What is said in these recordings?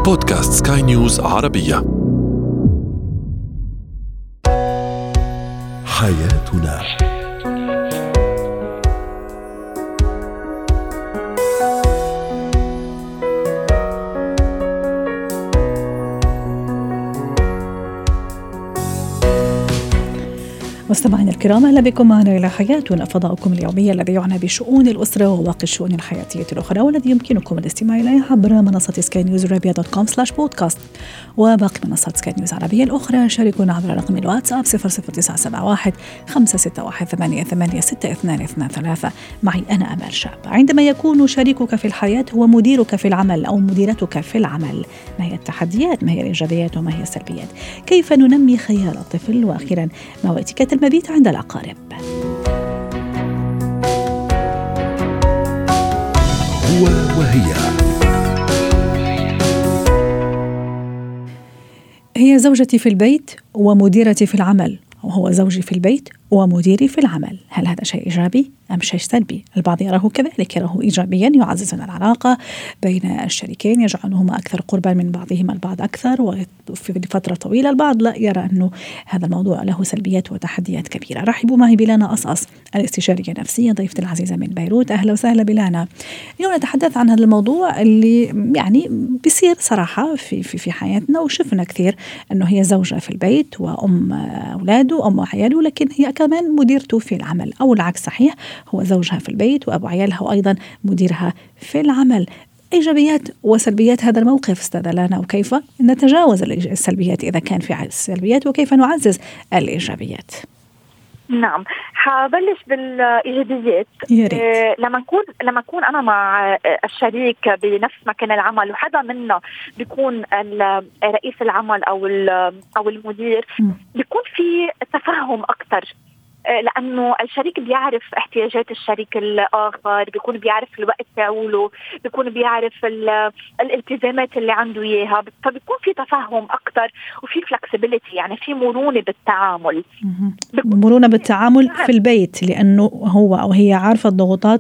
بودكاست سكاي نيوز عربية. حياتنا. مستمعينا الكرام، أهلا بكم معنا إلى حياتنا، فضاؤكم اليومي الذي يعنى بشؤون الأسرة وباقي الشؤون الحياتية الأخرى، والذي يمكنكم الاستماع إليه عبر منصة skynewsarabia.com/podcast وباقي منصات سكاي نيوز عربية الأخرى. شاركونا عبر رقم الواتساب 00971 561 886223. معي أنا أمال شاب. عندما يكون شريكك في الحياة هو مديرك في العمل أو مديرتك في العمل، ما هي التحديات، ما هي الإيجابيات وما هي السلبيات؟ كيف ننمي خيال الطفل؟ وأخيرا ما هو اتيكيت المبيت عند الأقارب؟ هو هي زوجتي في البيت ومديرتي في العمل، وهو زوجي في البيت ومديري في العمل. هل هذا شيء إيجابي أم شيء سلبي؟ البعض يراه كذلك، يراه إيجابيا، يعزز من العلاقة بين الشريكين، يجعلهما أكثر قربا من بعضهما البعض أكثر وفي فترة طويلة. البعض لا، يرى أنه هذا الموضوع له سلبيات وتحديات كبيرة. رحبوا معي بلانا أصأص، الاستشارية النفسية، ضيفتي العزيزة من بيروت. أهلا وسهلا بلانا. اليوم نتحدث عن هذا الموضوع اللي يعني بيصير صراحة في حياتنا، وشفنا كثير أنه هي زوجة في البيت وأم أولاده وأم عياله، لكن هي كمان مديرته في العمل، أو العكس صحيح، هو زوجها في البيت وأبو عيالها وأيضا مديرها في العمل. إيجابيات وسلبيات هذا الموقف أستاذة لانا، وكيف نتجاوز السلبيات إذا كان في سلبيات، وكيف نعزز الإيجابيات؟ نعم، حبلش بالإيجابيات. لما أكون أنا مع الشريك بنفس مكان العمل، وحدا منا بيكون رئيس العمل أو المدير، بيكون في تفهم أكتر، لأنه الشريك بيعرف احتياجات الشريك الآخر، بيكون بيعرف الوقت تعوله، بيكون بيعرف الالتزامات اللي عنده إياها، فبيكون في تفهم أكتر وفي flexibility، يعني في مرونة بالتعامل. مرونة بالتعامل في البيت، لأنه هو أو هي عارفة الضغوطات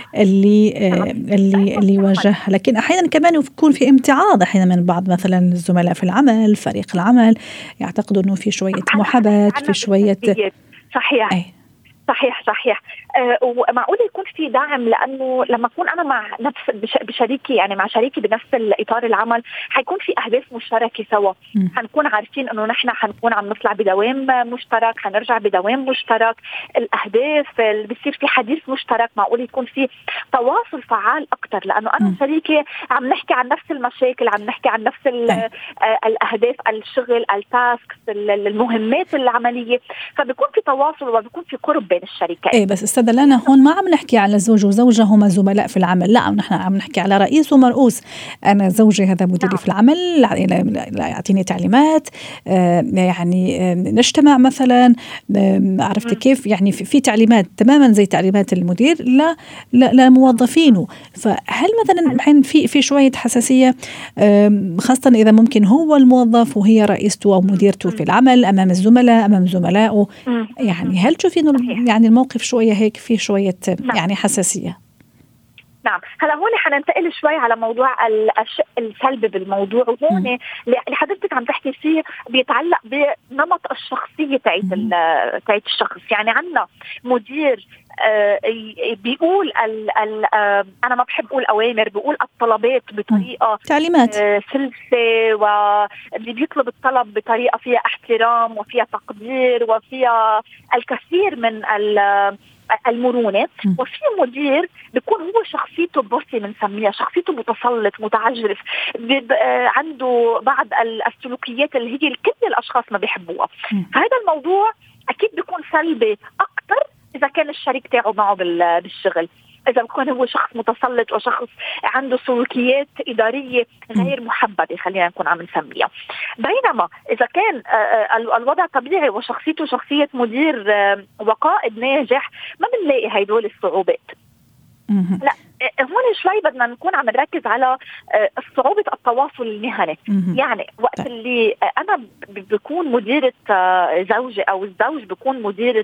اللي يواجهها. لكن أحيانا كمان يكون في امتعاض أحيانا من بعض، مثلا الزملاء في العمل، فريق العمل، يعتقدوا أنه في شوية محاباة، في شوية صحيح. صحيح. ومعقول يكون في دعم، لأنه لما أكون أنا مع نفس بشريكي، يعني مع شريكي بنفس الإطار العمل، حيكون في أهداف مشتركة سوا. حنكون عارفين أنه نحن حنكون عم نطلع بدوام مشترك، حنرجع بدوام مشترك. الأهداف بيصير في حديث مشترك، معقول يكون في تواصل فعال أكتر، لأنه أنا وشريكي عم نحكي عن نفس المشاكل، عم نحكي عن نفس الأهداف، الشغل، التاسكس، المهمات العملية، فبيكون في تواصل وبيكون في قرب بين الشركات. بس استاذة لانا، هون ما عم نحكي على زوج وزوجة هما زملاء في العمل، لا، نحن عم نحكي على رئيس ومرؤوس. أنا زوجي هذا مديري في العمل، لا يعطيني تعليمات، يعني نجتمع مثلا، عرفت كيف، يعني في تعليمات تماما زي تعليمات المدير لا موظفينه. فهل مثلا الحين في شوية حساسية، خاصة إذا ممكن هو الموظف وهي رئيسته أو مديرته في العمل أمام الزملاء، أمام زملائه، يعني هل تشوفين يعني الموقف شوية هيك فيه شوية يعني حساسية؟ نعم، هلا هون حننتقل شوي على موضوع الشق السلبي بالموضوع، وهون اللي حضرتك عم تحكي فيه بيتعلق بنمط الشخصية تاعت الشخص. يعني عندنا مدير بيقول أنا ما بحب أقول أوامر، بيقول الطلبات بطريقة تعليمات سلسة، وبيطلب الطلب بطريقة فيها احترام وفيها تقدير وفيها الكثير من المرونة. وفي مدير بيكون هو شخصيته بوسي، بنسميها شخصيته متسلط متعجرف، عنده بعض السلوكيات اللي هي كل الأشخاص ما بيحبوها. فهذا الموضوع أكيد بيكون سلبي أكتر إذا كان الشريك تاعه معه بالشغل، إذا بيكون هو شخص متسلط وشخص عنده سلوكيات إدارية غير محببة، خلينا نكون عم نسميها. بينما إذا كان الوضع طبيعي وشخصيته شخصية مدير وقائد ناجح، ما بنلاقي هيدول الصعوبات. لا هون شوي بدنا نكون عم نركز على صعوبة التواصل المهني. يعني وقت اللي أنا بكون مديرة زوجي أو الزوج بكون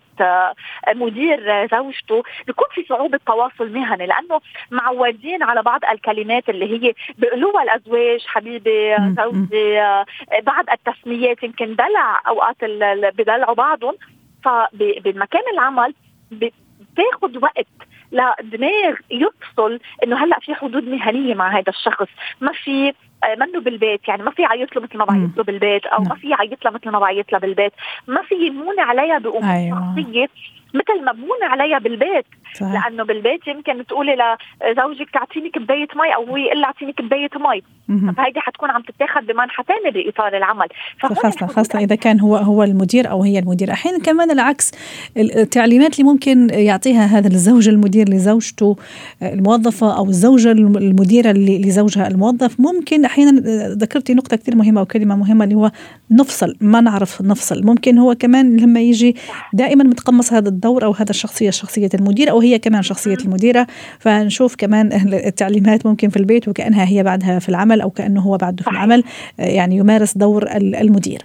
مدير زوجته، بيكون في صعوبة تواصل مهني، لأنه معودين على بعض الكلمات اللي هي بيقولوها الأزواج، حبيبي، زوجي، بعض التسميات يمكن دلع أوقات بدلعوا بعضهم. فبمكان العمل بتاخد وقت لدماغ يفصل انه هلا في حدود مهنيه مع هذا الشخص، ما في منه بالبيت، يعني ما في يعيط له مثل ما بعيط له بالبيت، او ما في يعيط له مثل ما بعيط له بالبيت، ما في يمون عليها بأمور شخصيه مثل ما بمون عليها بالبيت. لانه بالبيت يمكن تقولي لزوجك تعطيني كبايه مي، او هو يقول لي اعطيني كبايه مي، فهيدي حتكون عم تتاخذ بمنحى ثاني باطار العمل. خاصة اذا كان هو المدير او هي المدير. احيانا كمان العكس، التعليمات اللي ممكن يعطيها هذا الزوج المدير لزوجته الموظفه، او الزوجه المديره لزوجها الموظف، ممكن احيانا ذكرتي نقطه كثير مهمه وكلمه مهمه اللي هو نفصل، ما نعرف نفصل. ممكن هو كمان لما يجي دائما متقمص هذا الدور او هذا شخصيه المدير، او هي كمان شخصيه المديره، فنشوف كمان التعليمات ممكن في البيت وكانها هي بعدها في العمل، او كانه هو بعده في العمل، يعني يمارس دور المدير.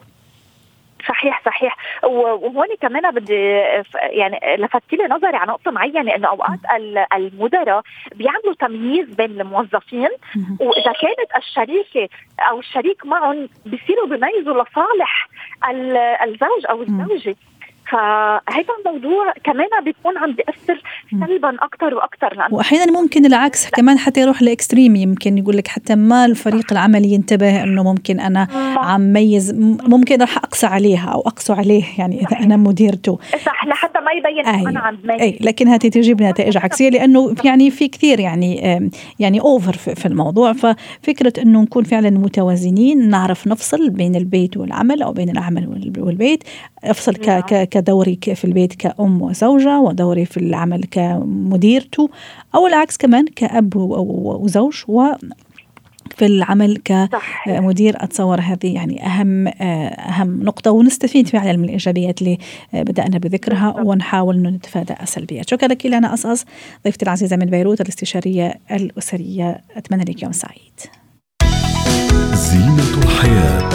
صحيح. وهون كمان بدي يعني لفتت لي نظري على نقطة معينة، إنه أوقات المدراء بيعملوا تمييز بين الموظفين، وإذا كانت الشريكة أو الشريك معهم بيصيروا بيميزوا لصالح الزوج أو الزوجة. فهذا الموضوع كمان بيكون عم بيأثر سلبا أكتر وأكتر. وأحيانا ممكن العكس كمان، حتى يروح لإكستريم، يمكن يقول لك حتى ما الفريق العملي ينتبه إنه ممكن أنا عم ميز، ممكن راح أقسى عليها أو أقسو عليه، يعني إذا أنا مديرته صح، لحتى ما يبين أنا عم ميز. لكن هذه تجيب نتائج عكسية، لأنه يعني في كثير يعني أوفر في الموضوع. ففكرة إنه نكون فعلا متوازنين، نعرف نفصل بين البيت والعمل، أو بين العمل والبيت، أفصل كدوري في البيت كأم وزوجة، ودوري في العمل كمديرته، أو العكس كمان كأب وزوج، وفي العمل كمدير. أتصور هذه يعني أهم نقطة، ونستفيد فعلا من الإيجابيات اللي بدأنا بذكرها، ونحاول أن نتفادى السلبيات. شكرا لك لنا أصأص، ضيفتي العزيزة من بيروت، الاستشارية الأسرية. أتمنى لك يوم سعيد. زينة الحياة.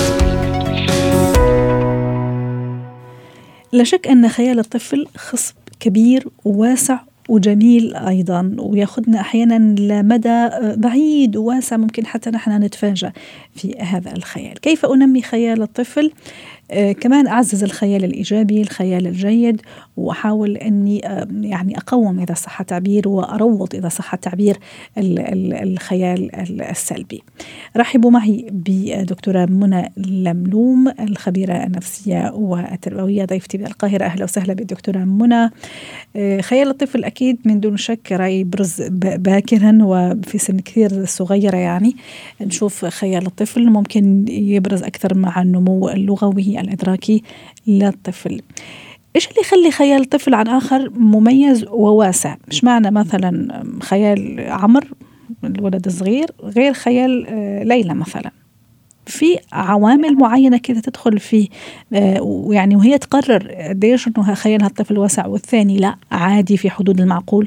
لا شك أن خيال الطفل خصب كبير وواسع وجميل أيضا، ويأخذنا أحيانا لمدى بعيد وواسع، ممكن حتى نحن نتفاجأ في هذا الخيال. كيف أنمي خيال الطفل؟ كمان أعزز الخيال الإيجابي، الخيال الجيد، وأحاول أني يعني أقوم إذا صح التعبير، وأروض إذا صح التعبير الخيال السلبي. رحبوا معي بدكتورة منى لملوم، الخبيرة النفسية والتربوية، ضيفتي بالقاهرة. أهلا وسهلا بالدكتورة منى. خيال الطفل أكيد من دون شك رأي يبرز باكرا وفي سن كثير صغيرة، يعني نشوف خيال الطفل ممكن يبرز أكثر مع النمو اللغوي الإدراكي للطفل. إيش اللي يخلي خيال الطفل عن آخر مميز وواسع؟ مش معنى مثلا خيال عمر الولد الصغير غير خيال ليلى مثلا، في عوامل معينة كده تدخل فيه، يعني وهي تقرر قديش إنه خيالها الطفل واسع والثاني لا عادي في حدود المعقول.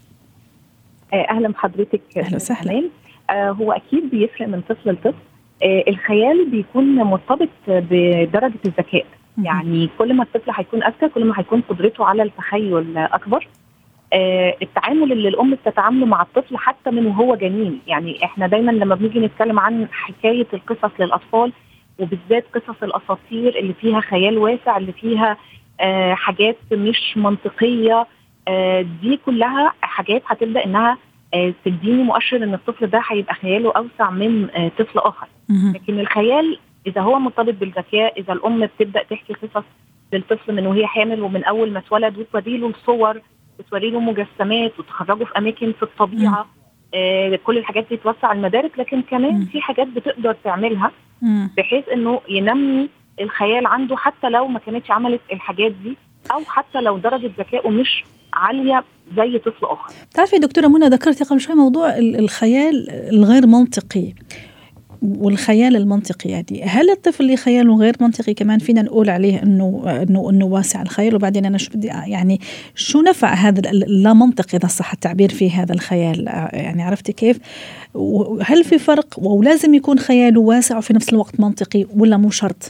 أهلا بحضرتك. أهلا وسهلا. هو أكيد بيفرق من طفل لطفل. الخيال بيكون مرتبط بدرجة الذكاء، يعني كل ما الطفل هيكون أذكى كل ما هيكون قدرته على التخيل أكبر. التعامل اللي الأم بتتعامله مع الطفل حتى من وهو جنين، يعني احنا دايما لما بنيجي نتكلم عن حكاية القصص للأطفال، وبالذات قصص الأساطير اللي فيها خيال واسع، اللي فيها حاجات مش منطقية، دي كلها حاجات هتبدأ إنها تديني مؤشر إن الطفل ده هيبقى خياله أوسع من طفل آخر. لكن الخيال إذا هو مرتبط بالذكاء، إذا الأم بتبدأ تحكي قصص للطفل من وهي حامل ومن أول ما اتولد، وتوري له الصور وتوري له مجسمات، وتخرجه في أماكن في الطبيعة، كل الحاجات دي توسع المدارك. لكن كمان في حاجات بتقدر تعملها بحيث إنه ينمي الخيال عنده، حتى لو ما كانتش عملت الحاجات دي، أو حتى لو درجة ذكائه مش عالية زي طفل آخر. تعرفي دكتورة منى، ذكرتي قبل شوي موضوع الخيال الغير منطقي، والخيال المنطقي يعني، هل الطفل اللي خياله غير منطقي كمان فينا نقول عليه انه واسع الخيال؟ وبعدين انا شو بدي يعني شو نفع هذا اللا منطق اذا صح التعبير في هذا الخيال؟ يعني عرفتي كيف؟ وهل في فرق ولازم يكون خياله واسع وفي نفس الوقت منطقي ولا مو شرط؟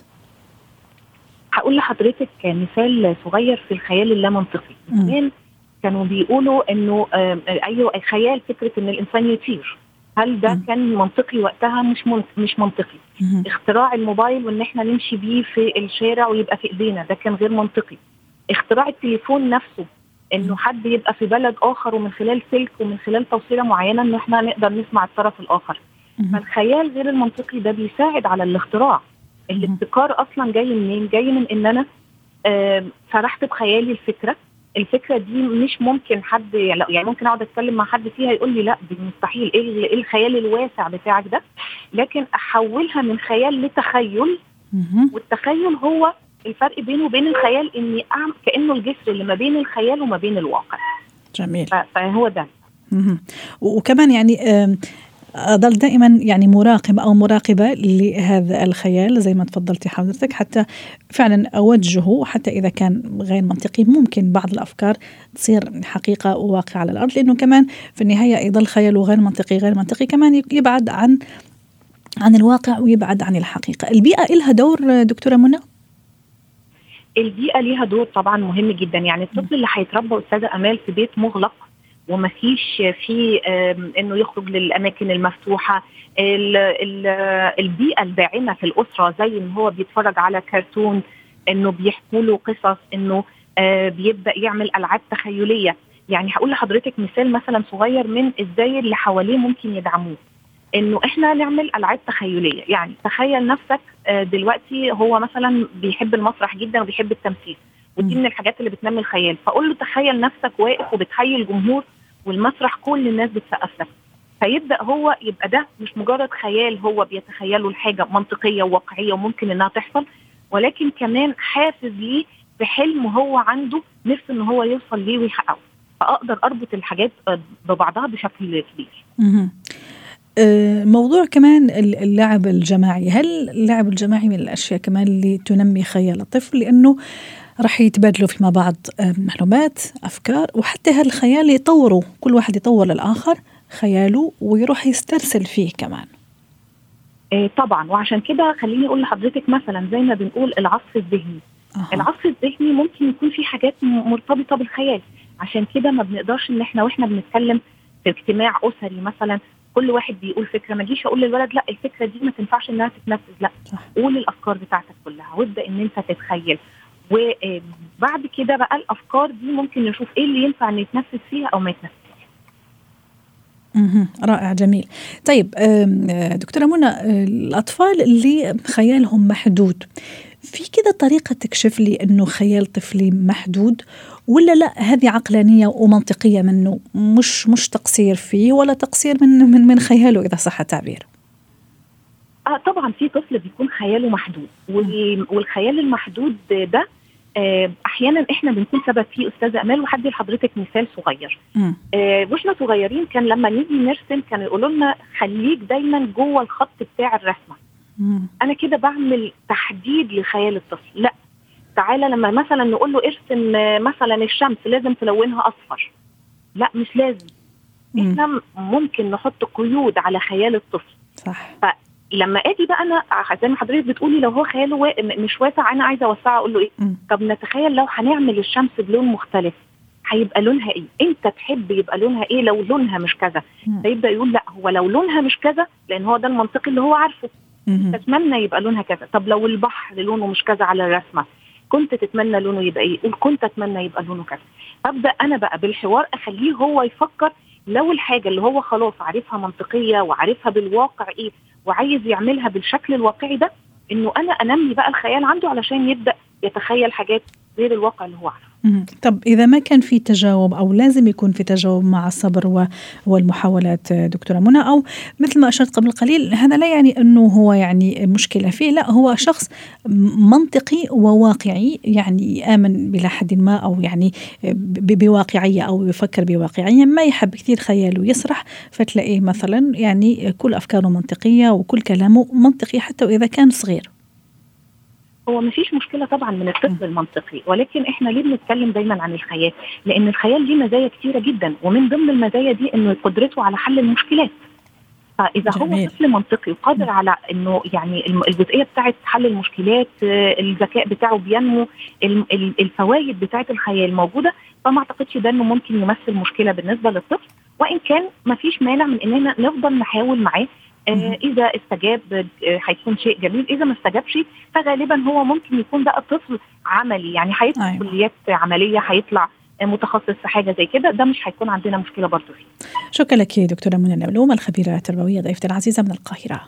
هقول لحضرتك مثال صغير في الخيال اللا منطقي. كانوا بيقولوا انه ايوه الخيال فكره ان الانسان يطير، هل ده كان منطقي وقتها؟ مش منطقي. اختراع الموبايل وان احنا نمشي بيه في الشارع ويبقى في ايدينا، ده كان غير منطقي. اختراع التليفون نفسه، انه حد يبقى في بلد اخر ومن خلال سلك ومن خلال توصيله معينه انه احنا نقدر نسمع الطرف الاخر. فالخيال غير المنطقي ده بيساعد على الاختراع. الابتكار اصلا جاي منين؟ جاي من ان انا سرحت بخيالي الفكره دي مش ممكن حد، يعني ممكن اقعد اتكلم مع حد فيها يقول لي لا دي مستحيل، ايه الخيال الواسع بتاعك ده؟ لكن احولها من خيال لتخيل، والتخيل هو الفرق بينه وبين الخيال اني كانه الجسر اللي ما بين الخيال وما بين الواقع. جميل. فهو ده. وكمان يعني أضل دائما يعني مراقب أو مراقبة لهذا الخيال زي ما تفضلتي حضرتك، حتى فعلا أوجهه، حتى إذا كان غير منطقي ممكن بعض الأفكار تصير حقيقة وواقع على الأرض، لأنه كمان في النهاية يضل خياله غير منطقي كمان يبعد عن الواقع ويبعد عن الحقيقة. البيئة إلها دور دكتورة منى؟ البيئة ليها دور طبعا مهم جدا. يعني الطفل اللي هيتربى أستاذة أمال في بيت مغلق وما فيش فيه انه يخرج للاماكن المفتوحه، البيئه الداعمه في الاسره زي ان هو بيتفرج على كرتون، انه بيحكوا له قصص، انه بيبدا يعمل العاب تخيليه. يعني هقول لحضرتك مثلا صغير من ازاي اللي حواليه ممكن يدعموه، انه احنا نعمل العاب تخيليه. يعني تخيل نفسك دلوقتي هو مثلا بيحب المسرح جدا وبيحب التمثيل، ودي من الحاجات اللي بتنمي الخيال. فاقول له تخيل نفسك واقف وبتحيي الجمهور والمسرح كل الناس بتسقف لك، فيبدا هو يبقى ده مش مجرد خيال هو بيتخيله الحاجه منطقيه وواقعيه وممكن انها تحصل، ولكن كمان حافز ليه بحلم هو عنده نفسه ان هو يوصل ليه ويحققه. فاقدر اربط الحاجات ببعضها بشكل كبير. موضوع كمان اللعب الجماعي، هل اللعب الجماعي من الاشياء كمان اللي تنمي خيال الطفل؟ لانه رح يتبادلوا فيما بعض معلومات، أفكار، وحتى هالخيال يطوروا، كل واحد يطور للآخر خياله ويروح يسترسل فيه كمان. طبعا. وعشان كده خليني أقول لحضرتك مثلا زي ما بنقول العصف الذهني. العصف الذهني ممكن يكون فيه حاجات مرتبطة بالخيال، عشان كده ما بنقدرش إن وإحنا بنتكلم في اجتماع أسري مثلا كل واحد بيقول فكرة، ما جيش أقول للولد لا الفكرة دي ما تنفعش إنها تتنفذ، لا صح. قول الأفكار بتاعتك كلها وابدأ إن أنت تتخيل، وبعد كده بقى الأفكار دي ممكن نشوف إيه اللي ينفع أن يتنفذ فيها أو ما يتنفذ فيها. رائع، جميل. طيب دكتورة منى، الأطفال اللي خيالهم محدود، في كده طريقة تكشف لي أنه خيال طفلي محدود ولا لا هذه عقلانية ومنطقية منه، مش تقصير فيه ولا تقصير من خياله إذا صح التعبير؟ طبعا في طفل بيكون خياله محدود، والخيال المحدود ده احيانا احنا بنكون سبب فيه استاذه امال. وحدي لحضرتك مثال صغير. واحنا صغيرين كان لما نيجي نرسم كانوا يقولوا لنا خليك دايما جوه الخط بتاع الرسمه. انا كده بعمل تحديد لخيال الطفل. لا، تعالى لما مثلا نقول له ارسم مثلا الشمس لازم تلونها اصفر، لا مش لازم. احنا ممكن نحط قيود على خيال الطفل. صح. لما اجي بقى انا زي ما حضرتك بتقولي لو هو خياله مش واسع انا عايزه اوسعه، اقول له ايه؟ طب نتخيل لو هنعمل الشمس بلون مختلف هيبقى لونها ايه؟ انت تحب يبقى لونها ايه لو لونها مش كذا؟ فيبدا يقول لا هو لو لونها مش كذا لان هو ده المنطقي اللي هو عارفه، تتمنى يبقى لونها كذا. طب لو البحر لونه مش كذا على الرسمه كنت تتمنى لونه يبقى ايه؟ قول كنت اتمنى يبقى لونه كذا. ابدا انا بقى بالحوار اخليه هو يفكر لو الحاجه اللي هو خلاص عارفها منطقيه وعارفها بالواقع ايه وعايز يعملها بالشكل الواقعي ده، انه انا انمي بقى الخيال عنده علشان يبدا يتخيل حاجات غير الواقع اللي هو عارفه. طب إذا ما كان في تجاوب أو لازم يكون في تجاوب مع الصبر والمحاولات دكتورة منى، أو مثل ما أشرت قبل قليل، هذا لا يعني أنه هو يعني مشكلة فيه، لا، هو شخص منطقي وواقعي، يعني آمن بلا حد ما، أو يعني بواقعية، أو يفكر بواقعية، ما يحب كثير خيال ويسرح، فتلاقيه مثلا يعني كل أفكاره منطقية وكل كلامه منطقي حتى وإذا كان صغير. هو مفيش مشكلة طبعا من الطفل المنطقي، ولكن احنا ليه بنتكلم دايما عن الخيال؟ لأن الخيال ليه مزايا كتيرة جدا، ومن ضمن المزايا دي انه قدرته على حل المشكلات. فإذا جميل. هو طفل منطقي وقادر على انه يعني الجزئية بتاعت حل المشكلات، الذكاء بتاعه بينمو، الفوائد بتاعت الخيال موجودة، فما اعتقدش ده انه ممكن يمثل مشكلة بالنسبة للطفل، وإن كان مفيش مانع من اننا نفضل نحاول معاه. إذا استجاب هيكون شيء جميل، إذا ما استجابش فغالبا هو ممكن يكون بقى طفل عملي، يعني هيطلع كليات عملية، هيطلع متخصص في حاجة زي كده، ده مش هيكون عندنا مشكلة برضه فيه. شكرا لك دكتورة منى العلوم، الخبيرة التربوية، ضيفتي العزيزة من القاهرة.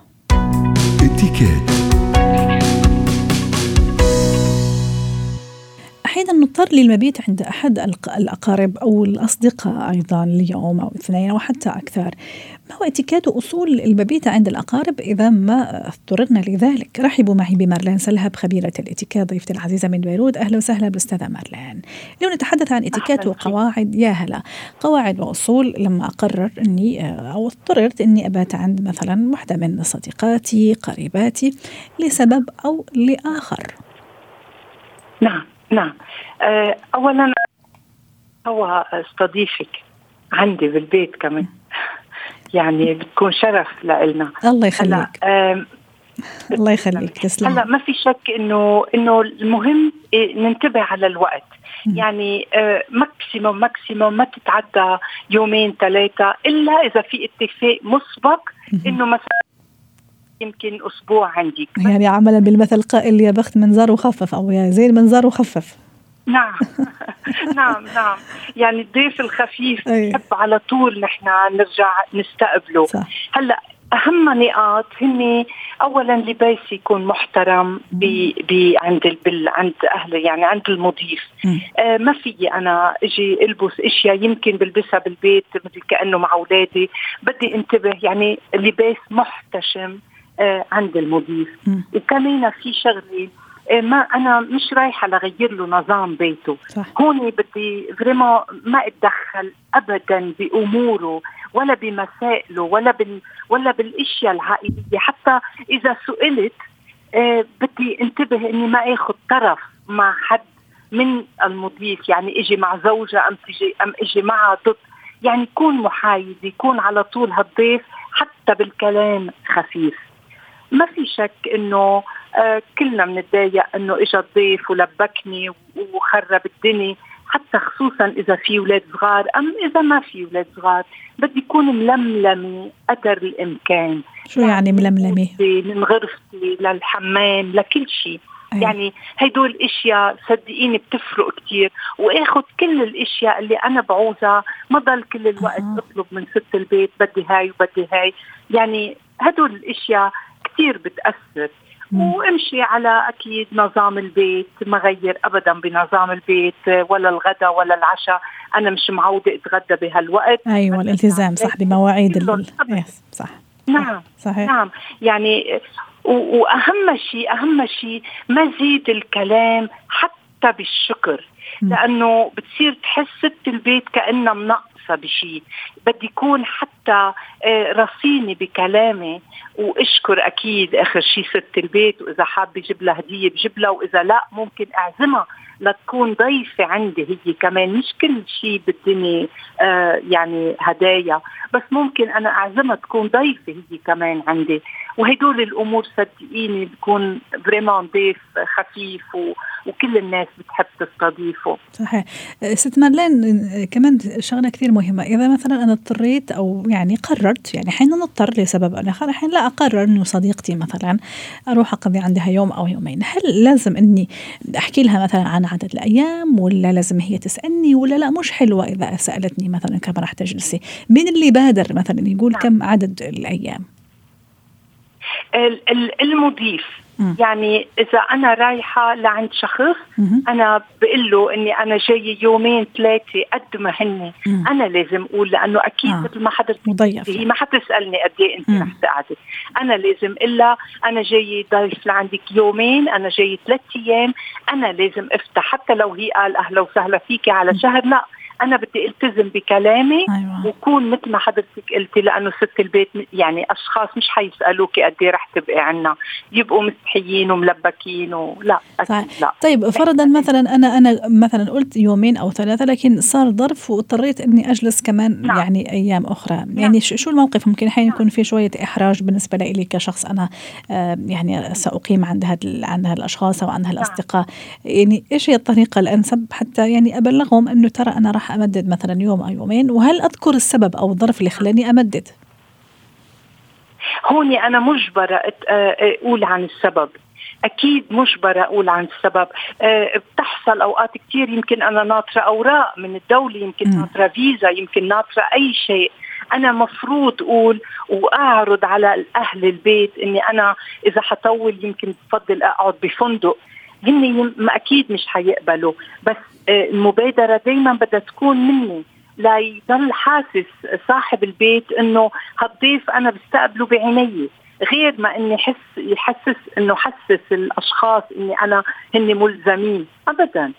أحيانا نضطر للمبيت عند أحد الأقارب أو الأصدقاء أيضا ليوم أو اثنين أو حتى أكثر. ما هو اتيكيت وأصول المبيت عند الأقارب إذا ما اضطررنا لذلك؟ رحبوا معي بمارلين سلهب، خبيرة الاتيكيت، ضيفتي العزيزة من بيروت. أهلا وسهلا بالأستاذة مارلين. اليوم نتحدث عن اتيكيت وقواعد. يا هلا. قواعد وأصول لما أقرر أني أو اضطررت أني أبات عند مثلا واحدة من صديقاتي قريباتي لسبب أو لآخر. نعم. أولا هو استضيفك عندي بالبيت كمان، يعني بتكون شرف لنا. الله يخليك. الله يخليك، تسلم. هلا ما في شك انه المهم ننتبه على الوقت. يعني ماكسيموم ما تتعدى 2-3، الا اذا في اتفاق مسبق انه مثلا يمكن أسبوع عندك، يعني عملا بالمثل قائل يا بخت من زار وخفف، أو يا زين من زار وخفف. نعم. نعم. يعني الضيف الخفيف نحب على طول نحن نرجع نستقبله. صح. هلأ أهم نقاط هن أولا لباس يكون محترم عند أهله، يعني عند المضيف. ما في أنا أجي ألبس أشياء يمكن بلبسها بالبيت مثل كأنه مع أولادي، بدي انتبه، يعني لباس محتشم عند المضيف. وكمان في شغلة، ما أنا مش رايحة لغير له نظام بيته. صح. هون بدي فريمون ما أتدخل أبدا بأموره ولا بمسائله ولا بالأشياء العائلية. حتى إذا سئلت بدي انتبه إني ما أخذ طرف مع حد من المضيف، يعني إجي مع زوجة أم إجي معها ضد، يعني يكون محايد، يكون على طول هالضيف حتى بالكلام خفيف. ما في شك إنه كلنا بنتضايق إنه إجا الضيف ولبكني وخرب الدنيا، حتى خصوصا إذا في أولاد صغار أم إذا ما في أولاد صغار. بدي يكون ململمي قدر الإمكان. شو يعني ململمي؟ من غرفتي للحمام لكل شيء. يعني هيدول الاشياء صدقيني بتفرق كتير، واخد كل الاشياء اللي انا بعوزها، ما ضل كل الوقت اطلب من ست البيت بدي هاي وبدي هاي. يعني هدول الاشياء كتير بتأثر. وامشي على اكيد نظام البيت، ما غير ابدا بنظام البيت، ولا الغداء ولا العشاء. انا مش معودة اتغدى بهالوقت. ايوه الالتزام صح بمواعيد صح. نعم صحيح. نعم يعني أهم شيء مزيد الكلام حتى بالشكر، لأنه بتصير تحس ست البيت كأنها منقصة بشيء. بدي يكون حتى رصيني بكلامي واشكر أكيد آخر شيء ست البيت، وإذا حاب يجيب لها هدية بجيب لها، وإذا لا ممكن أعزمها لتكون ضيفة عندي هي كمان. مش كل شيء بالدنيا يعني هدايا، بس ممكن أنا أعزمها تكون ضيفة هي كمان عندي. وهدول الأمور صدقيني بيكون فريمان ضيف خفيف وكل الناس بتحب تستضيفه. صحيح. ست مارلين، كمان شغلة كثير مهمة، إذا مثلا أنا اضطريت أو يعني قررت، يعني حين نضطر لسبب أو آخر، حين لا أقرر إنه صديقتي مثلا أروح أقضي عندها يوم أو يومين، هل لازم إني أحكي لها مثلا عن عدد الأيام، ولا لازم هي تسألني، ولا لا مش حلوة إذا سألتني مثلا كم راح تجلسي؟ مين اللي بادر مثلا يقول كم عدد الأيام؟ المضيف. يعني إذا أنا رايحة لعند شخص أنا بقول له إني أنا جاي 2-3 قد ما هني، أنا لازم أقول، لأنه أكيد مثل ما حضرتك هي ما حتسألني قد إيه أنت رح تقعدي، أنا لازم إلا أنا جاي ضيف لعندك 2، أنا جاي 3 أيام، أنا لازم أفتح حتى لو هي قال أهلا وسهلا فيك على شهر، لا أنا بدي التزم بكلامي. أيوة. وكون مثل ما حضرتك قلتي، لأنه ست البيت يعني أشخاص مش حيسألوك قد ايه رح تبقي عنا، يبقوا مستحيين وملبكين ولا أكيد لا. طيب فرضا مثلا أنا مثلا قلت 2 أو 3، لكن صار ظرف واضطريت إني أجلس كمان يعني أيام أخرى. يعني شو الموقف؟ ممكن حين يكون في شوية إحراج بالنسبة لي كشخص أنا يعني سأقيم عند هذا الأشخاص أو عند هالأصدقاء. يعني إيش هي الطريقة الأنسب حتى يعني أبلغهم إنه ترى أنا راح أمدد مثلا 1 أو 2، وهل أذكر السبب أو الظرف اللي خلاني أمدد؟ هوني أنا مجبرة أقول عن السبب، أكيد مجبرة أقول عن السبب. بتحصل أوقات كتير يمكن أنا ناطرة أوراق من الدولة، يمكن ناطرة فيزا، يمكن ناطرة أي شيء، أنا مفروض أقول وأعرض على أهل البيت إني أنا إذا حطول يمكن بفضل أقعد بفندق. هني ما أكيد مش حيقبلوا، بس المبادرة دايما بدها تكون مني، لا يضل حاسس صاحب البيت إنه هالضيف أنا بستقبله بعناية، غير ما إني يحسس إنه حسس الأشخاص إني أنا هني ملزمين أبدا.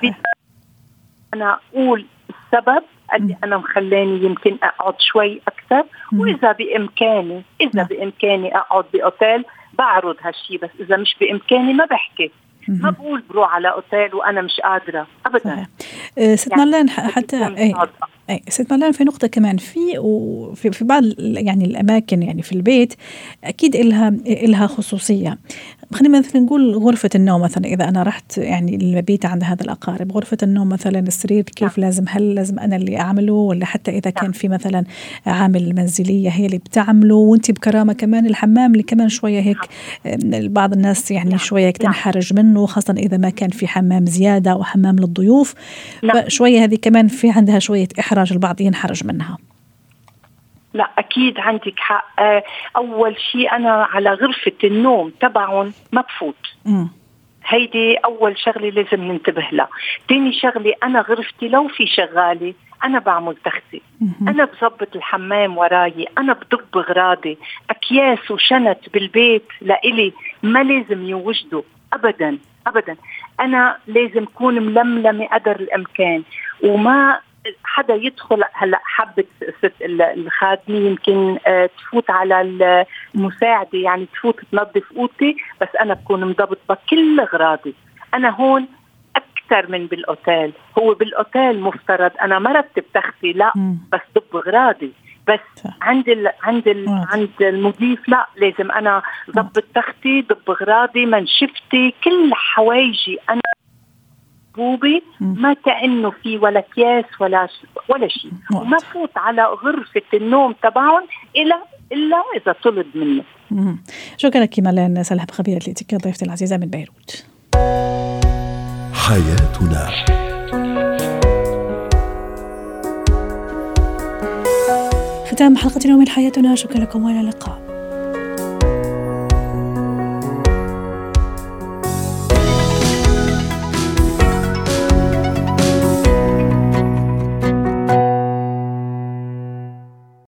أنا أقول السبب اللي أنا مخلاني يمكن أقعد شوي أكثر، وإذا بإمكاني أقعد بأوتيل بعرض هالشي، بس إذا مش بإمكاني ما بحكي، ما بقول بروح على أوتيل وأنا مش قادرة أبدا. ست مارلين حتى ست مارلين في نقطة كمان في بعض يعني الأماكن يعني في البيت أكيد إلها خصوصية. خلينا مثلا نقول غرفة النوم مثلا، إذا أنا رحت يعني المبيت عند هذا الأقارب، غرفة النوم مثلا السرير كيف هل لازم أنا اللي أعمله، ولا حتى إذا كان في مثلا عامل منزلية هي اللي بتعمله، وانتي بكرامة كمان الحمام اللي كمان شوية هيك بعض الناس يعني شوية تنحرج منه، خاصة إذا ما كان في حمام زيادة أو حمام للضيوف، فشوية هذه كمان في عندها شوية إحراج، البعض ينحرج منها. لا أكيد عندك حق. أول شيء أنا على غرفة النوم تبعهم ما بفوت، هيدي أول شغلة لازم ننتبه لها. تاني شغلة أنا غرفتي لو في شغالة أنا بعمل تختي، أنا بضبط الحمام وراي، أنا بضب غراضي، أكياس وشنت بالبيت لإلي ما لازم يوجدوا أبدا أبدا. أنا لازم كون ململمة قدر الإمكان، وما حدا يدخل. هلا حبة الخادمة يمكن تفوت على المساعدة، يعني تفوت تنظف اوضتي، بس انا بكون مضبط بكل اغراضي. انا هون اكثر من بالاوتيل. هو بالاوتيل مفترض انا ما رتب تختي، لا بس ضب اغراضي، بس عند المضيف لا، لازم انا ضبط تختي، ضب اغراضي، منشفتي، كل حوايجي انا بوبي، ما كأنه في ولا كياس ولا شيء، وما فوت على غرفة النوم تبعهم إلا إذا طلب منه. شكرا لك مارلين سلهب، خبيرة الاتيكيت، ضيفتي العزيزة من بيروت. حياتنا. ختام حلقة اليوم من حياتنا، شكرا لكم وإلى اللقاء.